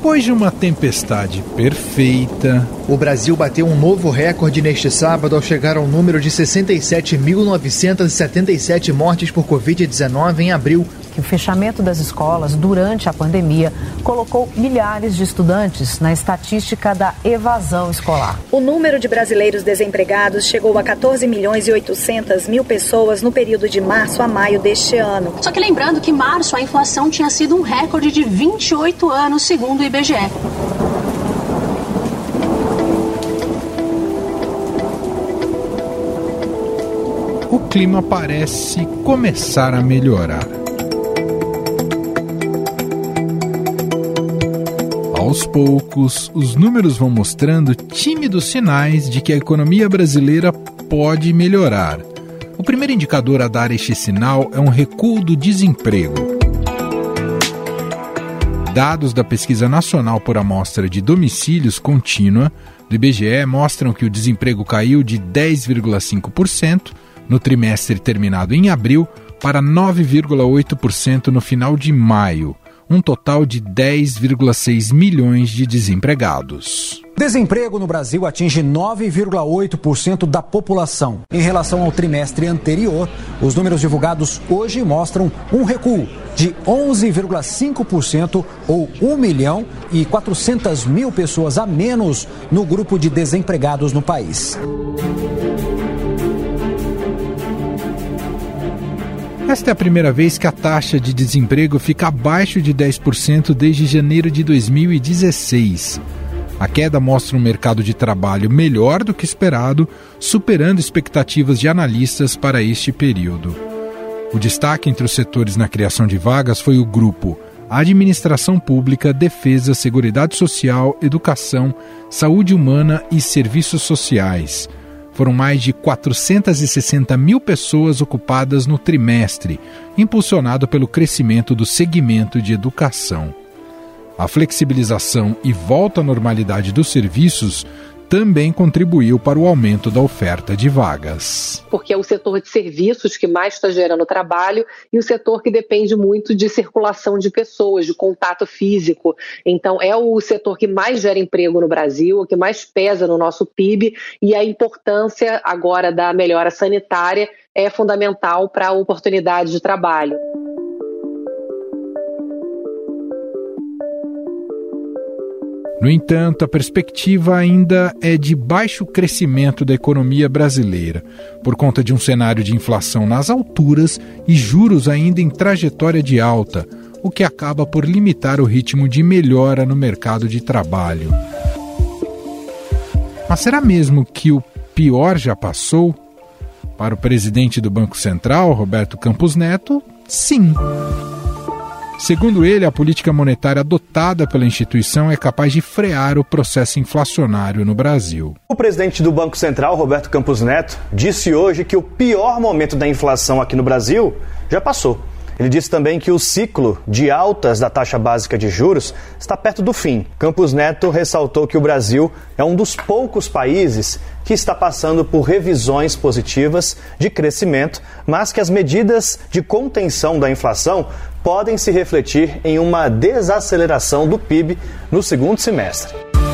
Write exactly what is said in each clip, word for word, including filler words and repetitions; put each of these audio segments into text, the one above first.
Depois de uma tempestade perfeita, o Brasil bateu um novo recorde neste sábado ao chegar ao número de sessenta e sete mil novecentas e setenta e sete mortes por covid dezenove em abril. O fechamento das escolas durante a pandemia colocou milhares de estudantes na estatística da evasão escolar. O número de brasileiros desempregados chegou a catorze milhões e oitocentas mil pessoas no período de março a maio deste ano. Só que lembrando que em março a inflação tinha sido um recorde de vinte e oito anos, segundo o I B G E. O clima parece começar a melhorar. Aos poucos, os números vão mostrando tímidos sinais de que a economia brasileira pode melhorar. O primeiro indicador a dar este sinal é um recuo do desemprego. Dados da Pesquisa Nacional por Amostra de Domicílios Contínua, do I B G E, mostram que o desemprego caiu de dez vírgula cinco por cento no trimestre terminado em abril para nove vírgula oito por cento no final de maio. Um total de dez vírgula seis milhões de desempregados. Desemprego no Brasil atinge nove vírgula oito por cento da população. Em relação ao trimestre anterior, os números divulgados hoje mostram um recuo de onze vírgula cinco por cento ou um milhão e quatrocentas mil pessoas a menos no grupo de desempregados no país. Esta é a primeira vez que a taxa de desemprego fica abaixo de dez por cento desde janeiro de dois mil e dezesseis. A queda mostra um mercado de trabalho melhor do que esperado, superando expectativas de analistas para este período. O destaque entre os setores na criação de vagas foi o grupo Administração Pública, Defesa, Seguridade Social, Educação, Saúde Humana e Serviços Sociais. Foram mais de quatrocentas e sessenta mil pessoas ocupadas no trimestre, impulsionado pelo crescimento do segmento de educação. A flexibilização e volta à normalidade dos serviços também contribuiu para o aumento da oferta de vagas. Porque é o setor de serviços que mais está gerando trabalho e o setor que depende muito de circulação de pessoas, de contato físico. Então é o setor que mais gera emprego no Brasil, o que mais pesa no nosso P I B, e a importância agora da melhora sanitária é fundamental para a oportunidade de trabalho. No entanto, a perspectiva ainda é de baixo crescimento da economia brasileira, por conta de um cenário de inflação nas alturas e juros ainda em trajetória de alta, o que acaba por limitar o ritmo de melhora no mercado de trabalho. Mas será mesmo que o pior já passou? Para o presidente do Banco Central, Roberto Campos Neto, sim. Segundo ele, a política monetária adotada pela instituição é capaz de frear o processo inflacionário no Brasil. O presidente do Banco Central, Roberto Campos Neto, disse hoje que o pior momento da inflação aqui no Brasil já passou. Ele disse também que o ciclo de altas da taxa básica de juros está perto do fim. Campos Neto ressaltou que o Brasil é um dos poucos países que está passando por revisões positivas de crescimento, mas que as medidas de contenção da inflação podem se refletir em uma desaceleração do P I B no segundo semestre.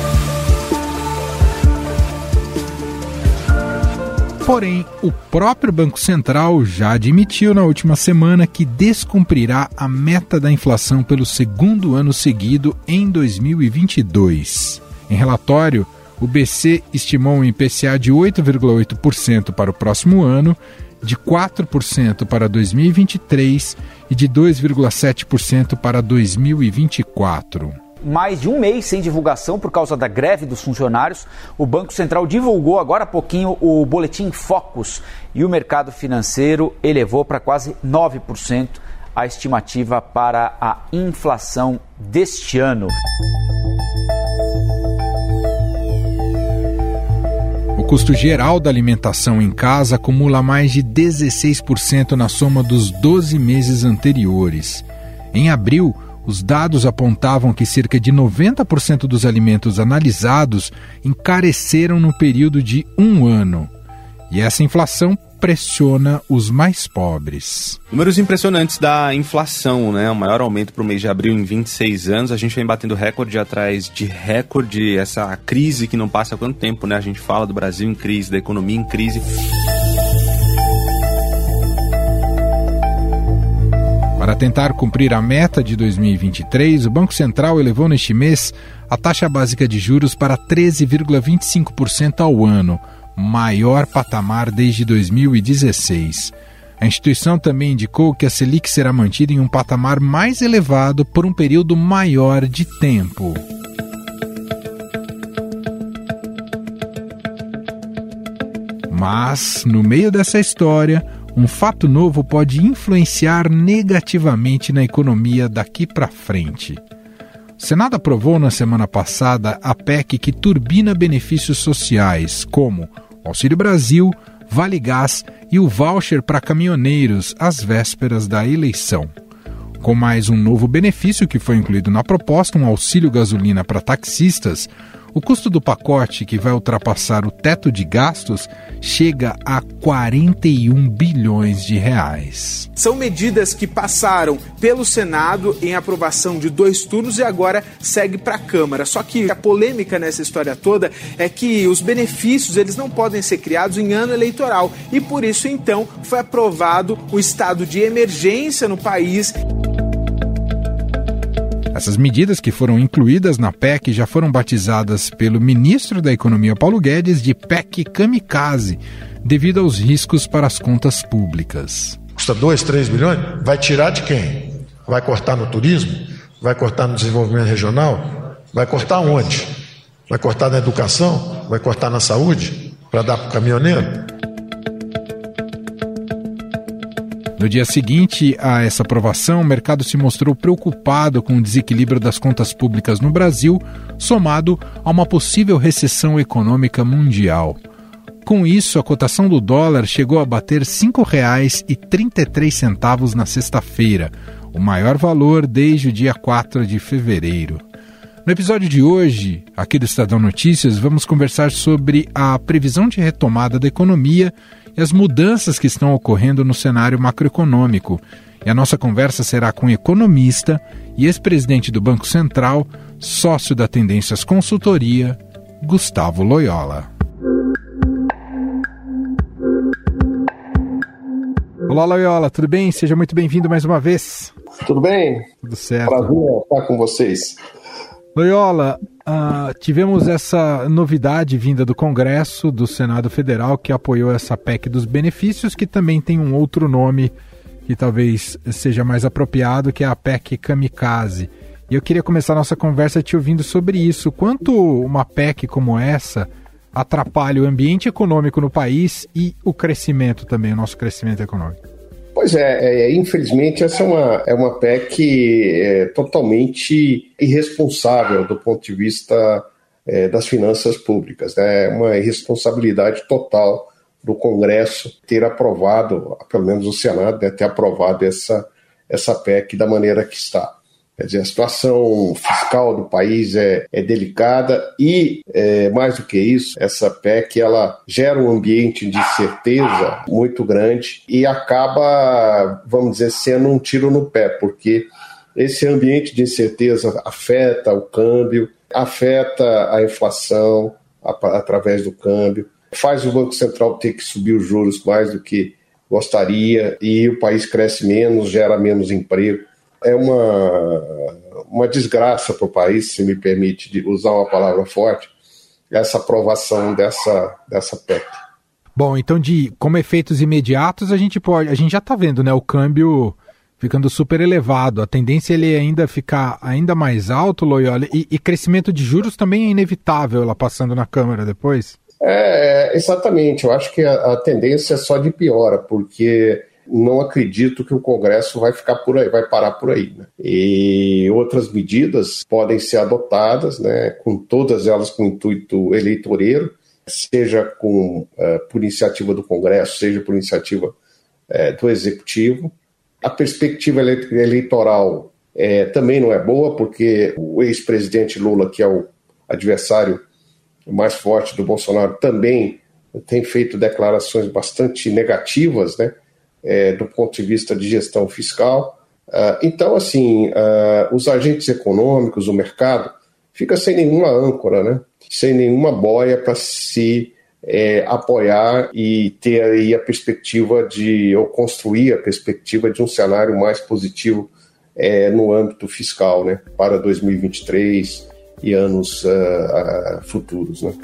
Porém, o próprio Banco Central já admitiu na última semana que descumprirá a meta da inflação pelo segundo ano seguido em dois mil e vinte e dois. Em relatório, o B C estimou um I P C A de oito vírgula oito por cento para o próximo ano, de quatro por cento para dois mil e vinte e três e de dois vírgula sete por cento para dois mil e vinte e quatro. Mais de um mês sem divulgação por causa da greve dos funcionários, o Banco Central divulgou agora há pouquinho o Boletim Focus e o mercado financeiro elevou para quase nove por cento a estimativa para a inflação deste ano. O custo geral da alimentação em casa acumula mais de dezesseis por cento na soma dos doze meses anteriores. Em abril, os dados apontavam que cerca de noventa por cento dos alimentos analisados encareceram no período de um ano. E essa inflação pressiona os mais pobres. Números impressionantes da inflação, né? O maior aumento para o mês de abril em vinte e seis anos. A gente vem batendo recorde atrás de recorde. Essa crise que não passa há quanto tempo, né? A gente fala do Brasil em crise, da economia em crise. Para tentar cumprir a meta de dois mil e vinte e três, o Banco Central elevou neste mês a taxa básica de juros para treze vírgula vinte e cinco por cento ao ano, maior patamar desde dois mil e dezesseis. A instituição também indicou que a Selic será mantida em um patamar mais elevado por um período maior de tempo. Mas, no meio dessa história, um fato novo pode influenciar negativamente na economia daqui para frente. O Senado aprovou na semana passada a P E C que turbina benefícios sociais, como o Auxílio Brasil, Vale Gás e o voucher para caminhoneiros, às vésperas da eleição. Com mais um novo benefício que foi incluído na proposta, um auxílio gasolina para taxistas, o custo do pacote, que vai ultrapassar o teto de gastos, chega a quarenta e um bilhões de reais. São medidas que passaram pelo Senado em aprovação de dois turnos e agora segue para a Câmara. Só que a polêmica nessa história toda é que os benefícios eles não podem ser criados em ano eleitoral e por isso então foi aprovado o estado de emergência no país. Essas medidas que foram incluídas na P E C já foram batizadas pelo ministro da Economia, Paulo Guedes, de P E C kamikaze, devido aos riscos para as contas públicas. Custa dois, três bilhões? Vai tirar de quem? Vai cortar no turismo? Vai cortar no desenvolvimento regional? Vai cortar onde? Vai cortar na educação? Vai cortar na saúde? Para dar para o caminhoneiro? No dia seguinte a essa aprovação, o mercado se mostrou preocupado com o desequilíbrio das contas públicas no Brasil, somado a uma possível recessão econômica mundial. Com isso, a cotação do dólar chegou a bater cinco reais e trinta e três centavos na sexta-feira, o maior valor desde o dia quatro de fevereiro. No episódio de hoje, aqui do Estadão Notícias, vamos conversar sobre a previsão de retomada da economia e as mudanças que estão ocorrendo no cenário macroeconômico. E a nossa conversa será com o economista e ex-presidente do Banco Central, sócio da Tendências Consultoria, Gustavo Loyola. Olá, Loyola, tudo bem? Seja muito bem-vindo mais uma vez. Tudo bem? Tudo certo. Prazer estar com vocês. Loyola, uh, tivemos essa novidade vinda do Congresso, do Senado Federal, que apoiou essa P E C dos benefícios, que também tem um outro nome que talvez seja mais apropriado, que é a P E C kamikaze. E eu queria começar a nossa conversa te ouvindo sobre isso. Quanto uma P E C como essa atrapalha o ambiente econômico no país e o crescimento também, o nosso crescimento econômico? Pois é, é, infelizmente essa é uma, é uma P E C é, totalmente irresponsável do ponto de vista é, das finanças públicas. Né? É uma irresponsabilidade total do Congresso ter aprovado, pelo menos o Senado, né, ter aprovado essa, essa P E C da maneira que está. Quer dizer, a situação fiscal do país é, é delicada e, é, mais do que isso, essa P E C ela gera um ambiente de incerteza muito grande e acaba, vamos dizer, sendo um tiro no pé, porque esse ambiente de incerteza afeta o câmbio, afeta a inflação a, através do câmbio, faz o Banco Central ter que subir os juros mais do que gostaria e o país cresce menos, gera menos emprego. É uma, uma desgraça para o país, se me permite usar uma palavra forte, essa aprovação dessa, dessa P E C. Bom, então de, como efeitos imediatos, a gente pode, a gente já está vendo, né, o câmbio ficando super elevado, a tendência é ele ainda ficar ainda mais alto, Loyola, e, e crescimento de juros também é inevitável, ela passando na Câmara depois? É, exatamente, eu acho que a, a tendência é só de piora, porque não acredito que o Congresso vai ficar por aí, vai parar por aí. Né? E outras medidas podem ser adotadas, né, com todas elas com intuito eleitoreiro, seja com, uh, por iniciativa do Congresso, seja por iniciativa uh, do Executivo. A perspectiva ele- eleitoral uh, também não é boa, porque o ex-presidente Lula, que é o adversário mais forte do Bolsonaro, também tem feito declarações bastante negativas, né, é, do ponto de vista de gestão fiscal. Uh, então, assim, uh, os agentes econômicos, o mercado, fica sem nenhuma âncora, né, sem nenhuma boia para se é, apoiar e ter aí a perspectiva de, ou construir a perspectiva de um cenário mais positivo é, no âmbito fiscal, né, para dois mil e vinte e três e anos uh, uh, futuros, né.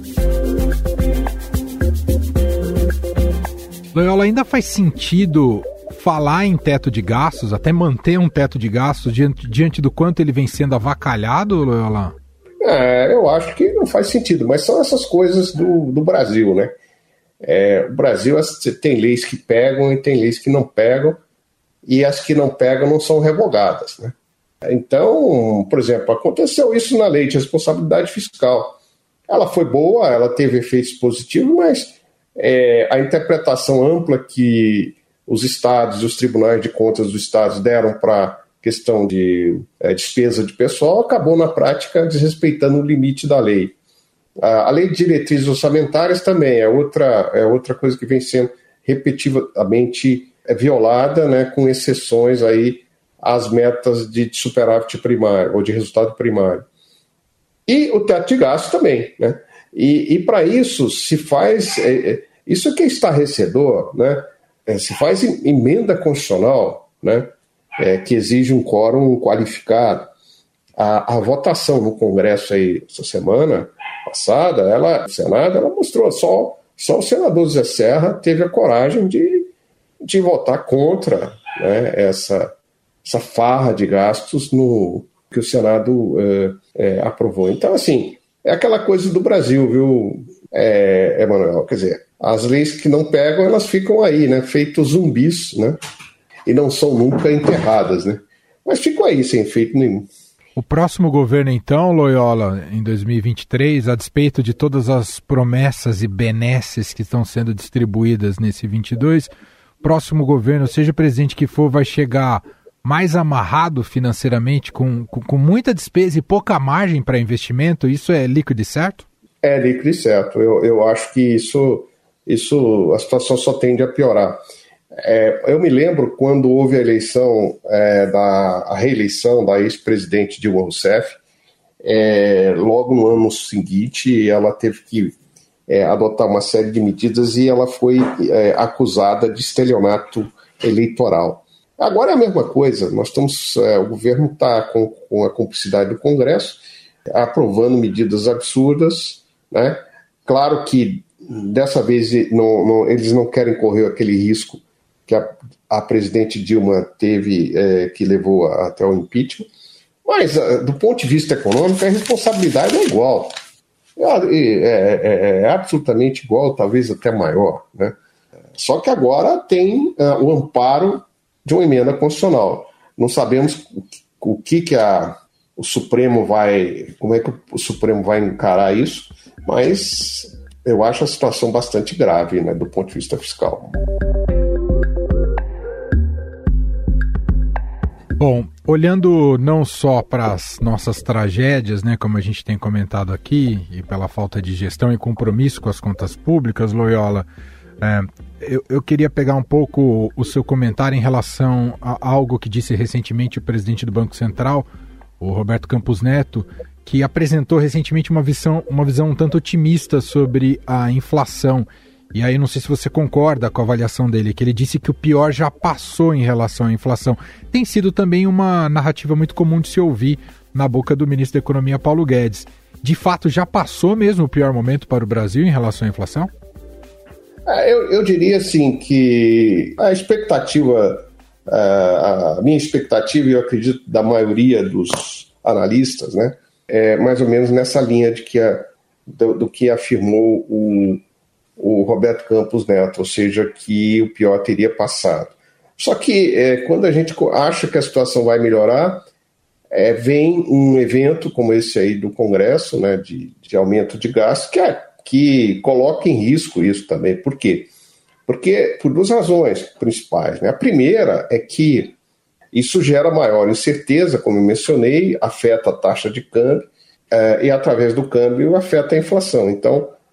Loyola, ainda faz sentido falar em teto de gastos, até manter um teto de gastos diante, diante do quanto ele vem sendo avacalhado, Loyola? É, eu acho que não faz sentido, mas são essas coisas do, do Brasil, né? É, o Brasil tem leis que pegam e tem leis que não pegam, e as que não pegam não são revogadas, né? Então, por exemplo, aconteceu isso na lei de responsabilidade fiscal. Ela foi boa, ela teve efeitos positivos, mas é, a interpretação ampla que os estados e os tribunais de contas dos estados deram para questão de é, despesa de pessoal acabou na prática desrespeitando o limite da lei. A, a lei de diretrizes orçamentárias também é outra, é outra coisa que vem sendo repetidamente violada, né, com exceções aí às metas de superávit primário ou de resultado primário. E o teto de gasto também, né? E, e para isso se faz, é, isso que é estarrecedor, né? É, se faz emenda constitucional, né? É, que exige um quórum qualificado. A, a votação no Congresso aí essa semana passada, ela, o Senado, ela mostrou só, só o senador Zé Serra teve a coragem de, de votar contra, né, essa, essa farra de gastos no, que o Senado é, é, aprovou. Então, assim, é aquela coisa do Brasil, viu, é, Emanuel? Quer dizer, as leis que não pegam, elas ficam aí, né, feitos zumbis, né, e não são nunca enterradas, né, mas ficam aí sem efeito nenhum. O próximo governo, então, Loyola, em dois mil e vinte e três, a despeito de todas as promessas e benesses que estão sendo distribuídas nesse vinte e dois, o próximo governo, seja o presidente que for, vai chegar mais amarrado financeiramente, com, com, com muita despesa e pouca margem para investimento? Isso é líquido e certo? É líquido e certo. Eu, eu acho que isso, isso, a situação só tende a piorar. É, eu me lembro quando houve a eleição, é, da, a reeleição da ex-presidente Dilma Rousseff, é, logo no ano seguinte ela teve que é, adotar uma série de medidas e ela foi é, acusada de estelionato eleitoral. Agora é a mesma coisa, nós estamos, é, o governo está com, com a cumplicidade do Congresso, aprovando medidas absurdas, né? Claro que dessa vez não, não, eles não querem correr aquele risco que a, a presidente Dilma teve, é, que levou a, até o impeachment, mas do ponto de vista econômico a responsabilidade é igual, é, é, é, é absolutamente igual, talvez até maior, né? Só que agora tem uh, o amparo de uma emenda constitucional. Não sabemos o que, que a, o Supremo vai, como é que o Supremo vai encarar isso, mas eu acho a situação bastante grave, né, do ponto de vista fiscal. Bom, olhando não só para as nossas tragédias, né, como a gente tem comentado aqui, e pela falta de gestão e compromisso com as contas públicas, Loyola, é, eu, eu queria pegar um pouco o seu comentário em relação a algo que disse recentemente o presidente do Banco Central, o Roberto Campos Neto, que apresentou recentemente uma visão, uma visão um tanto otimista sobre a inflação. E aí não sei se você concorda com a avaliação dele, que ele disse que o pior já passou em relação à inflação. Tem sido também uma narrativa muito comum de se ouvir na boca do ministro da Economia, Paulo Guedes. De fato, já passou mesmo o pior momento para o Brasil em relação à inflação? É, eu, eu diria assim que a expectativa, a minha expectativa, e eu acredito da maioria dos analistas, né, é mais ou menos nessa linha de que a, do, do que afirmou o o Roberto Campos Neto, ou seja, que o pior teria passado. Só que é, quando a gente acha que a situação vai melhorar, é, vem um evento como esse aí do Congresso, né, de, de aumento de gasto, que, é, que coloca em risco isso também. Por quê? Porque por duas razões principais, né? A primeira é que isso gera maior incerteza, como eu mencionei, afeta a taxa de câmbio, é, e através do câmbio afeta a inflação. Então,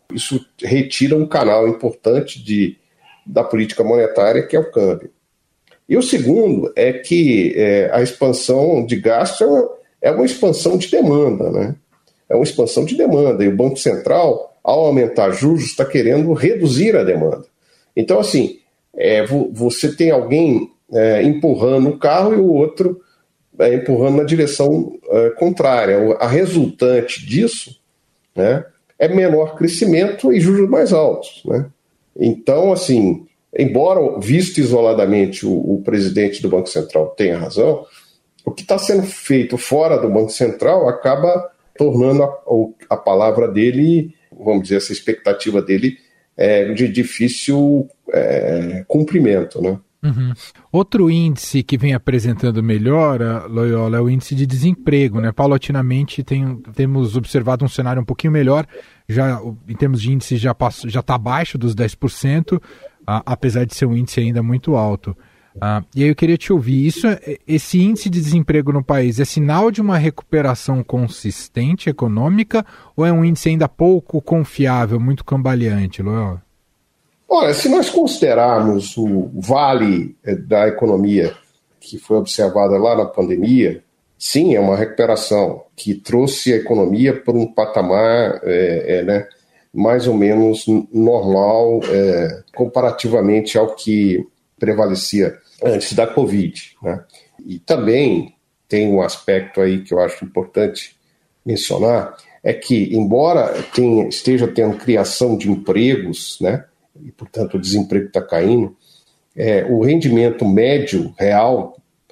Isso retira um canal importante de, da política monetária, que é o câmbio. E o segundo é que é, a expansão de gasto é uma expansão de demanda, né? É uma expansão de demanda. E o Banco Central, ao aumentar juros, está querendo reduzir a demanda. Então, assim, é, você tem alguém é, empurrando o carro e o outro é, empurrando na direção é, contrária. A resultante disso, né, é menor crescimento e juros mais altos, né? Então, assim, embora visto isoladamente o, o presidente do Banco Central tenha razão, o que está sendo feito fora do Banco Central acaba tornando a, a palavra dele, vamos dizer, essa expectativa dele é, de difícil é, cumprimento, né? Uhum. Outro índice que vem apresentando melhora, Loyola, é o índice de desemprego, né? Paulatinamente tem, temos observado um cenário um pouquinho melhor, já em termos de índice já já está abaixo dos dez por cento, ah, apesar de ser um índice ainda muito alto. Ah, e aí eu queria te ouvir, isso, esse índice de desemprego no país é sinal de uma recuperação consistente econômica ou é um índice ainda pouco confiável, muito cambaleante, Loyola? Olha, se nós considerarmos o vale da economia que foi observada lá na pandemia, sim, é uma recuperação que trouxe a economia para um patamar é, é, né, mais ou menos normal é, comparativamente ao que prevalecia antes da Covid, né? E também tem um aspecto aí que eu acho importante mencionar, é que embora tenha, esteja tendo criação de empregos, né, e, portanto, o desemprego está caindo, é, o rendimento médio real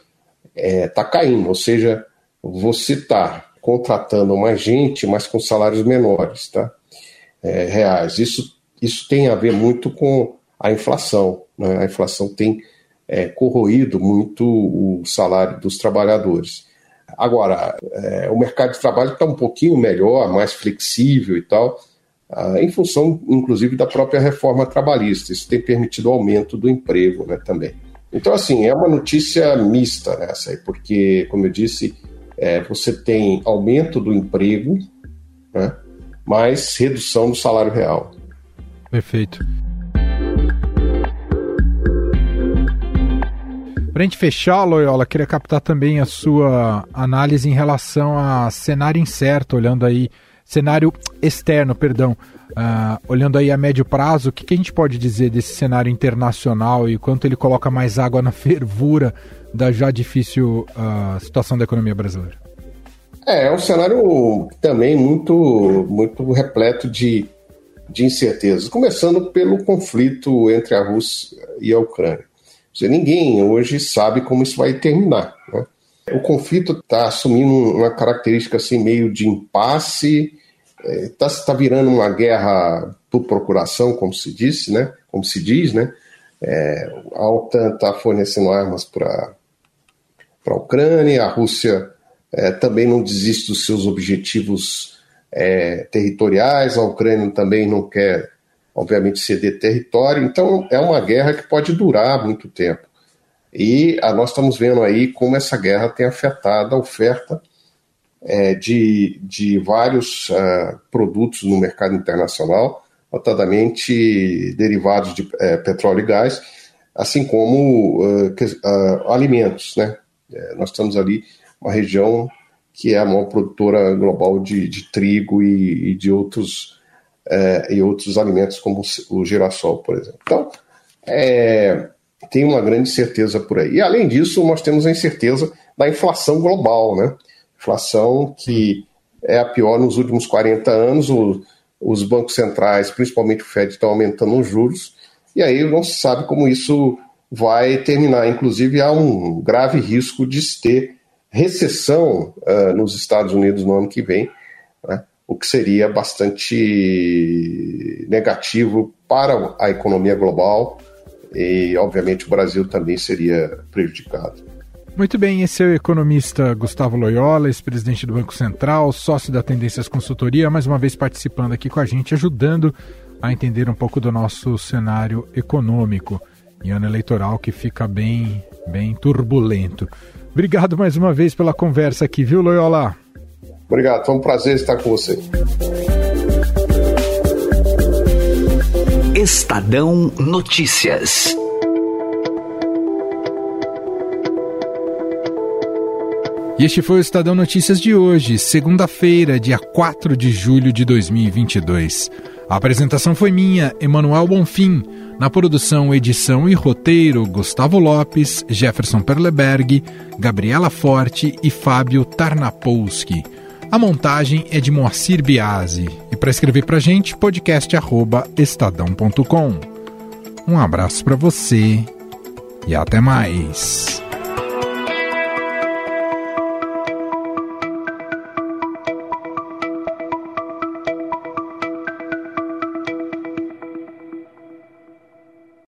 está é, caindo, ou seja, você está contratando mais gente, mas com salários menores, tá? É, reais. Isso, isso tem a ver muito com a inflação, né? A inflação tem é, corroído muito o salário dos trabalhadores. Agora, é, o mercado de trabalho está um pouquinho melhor, mais flexível e tal, Ah, em função, inclusive, da própria reforma trabalhista. Isso tem permitido o aumento do emprego, né, também. Então, assim, é uma notícia mista essa aí, porque, como eu disse, é, você tem aumento do emprego, né, mais redução do salário real. Perfeito. Para a gente fechar, Loyola, queria captar também a sua análise em relação a cenário incerto, olhando aí cenário externo, perdão, uh, olhando aí a médio prazo, o que, que a gente pode dizer desse cenário internacional e quanto ele coloca mais água na fervura da já difícil uh, situação da economia brasileira? É, é um cenário também muito, muito repleto de, de incertezas, começando pelo conflito entre a Rússia e a Ucrânia. Ou seja, ninguém hoje sabe como isso vai terminar, né? O conflito está assumindo uma característica assim, meio de impasse, está tá virando uma guerra por procuração, como se disse, né? Como se diz, né? É, a OTAN está fornecendo armas para a Ucrânia, a Rússia é, também não desiste dos seus objetivos é, territoriais, a Ucrânia também não quer, obviamente, ceder território, então é uma guerra que pode durar muito tempo. E a, nós estamos vendo aí como essa guerra tem afetado a oferta é, de, de vários uh, produtos no mercado internacional, notadamente derivados de é, petróleo e gás, assim como uh, que, uh, alimentos, né? É, nós estamos ali uma região que é a maior produtora global de, de trigo e, e de outros, é, e outros alimentos, como o girassol, por exemplo. Então, é... tem uma grande incerteza por aí. E, além disso, nós temos a incerteza da inflação global, né? Inflação que é a pior nos últimos quarenta anos. O, os bancos centrais, principalmente o Fed, estão aumentando os juros. E aí não se sabe como isso vai terminar. Inclusive, há um grave risco de ter recessão uh, nos Estados Unidos no ano que vem, né? O que seria bastante negativo para a economia global. E, obviamente, o Brasil também seria prejudicado. Muito bem, esse é o economista Gustavo Loyola, ex-presidente do Banco Central, sócio da Tendências Consultoria, mais uma vez participando aqui com a gente, ajudando a entender um pouco do nosso cenário econômico em ano eleitoral que fica bem, bem turbulento. Obrigado mais uma vez pela conversa aqui, viu, Loyola? Obrigado, foi um prazer estar com você. Estadão Notícias. E este foi o Estadão Notícias de hoje, segunda-feira, dia quatro de julho de dois mil e vinte e dois. A apresentação foi minha, Emanuel Bonfim. Na produção, edição e roteiro, Gustavo Lopes, Jefferson Perleberg, Gabriela Forte e Fábio Tarnapolsky. A montagem é de Moacir Biasi. E para escrever pra gente, podcast arroba estadão ponto com. Um abraço para você e até mais.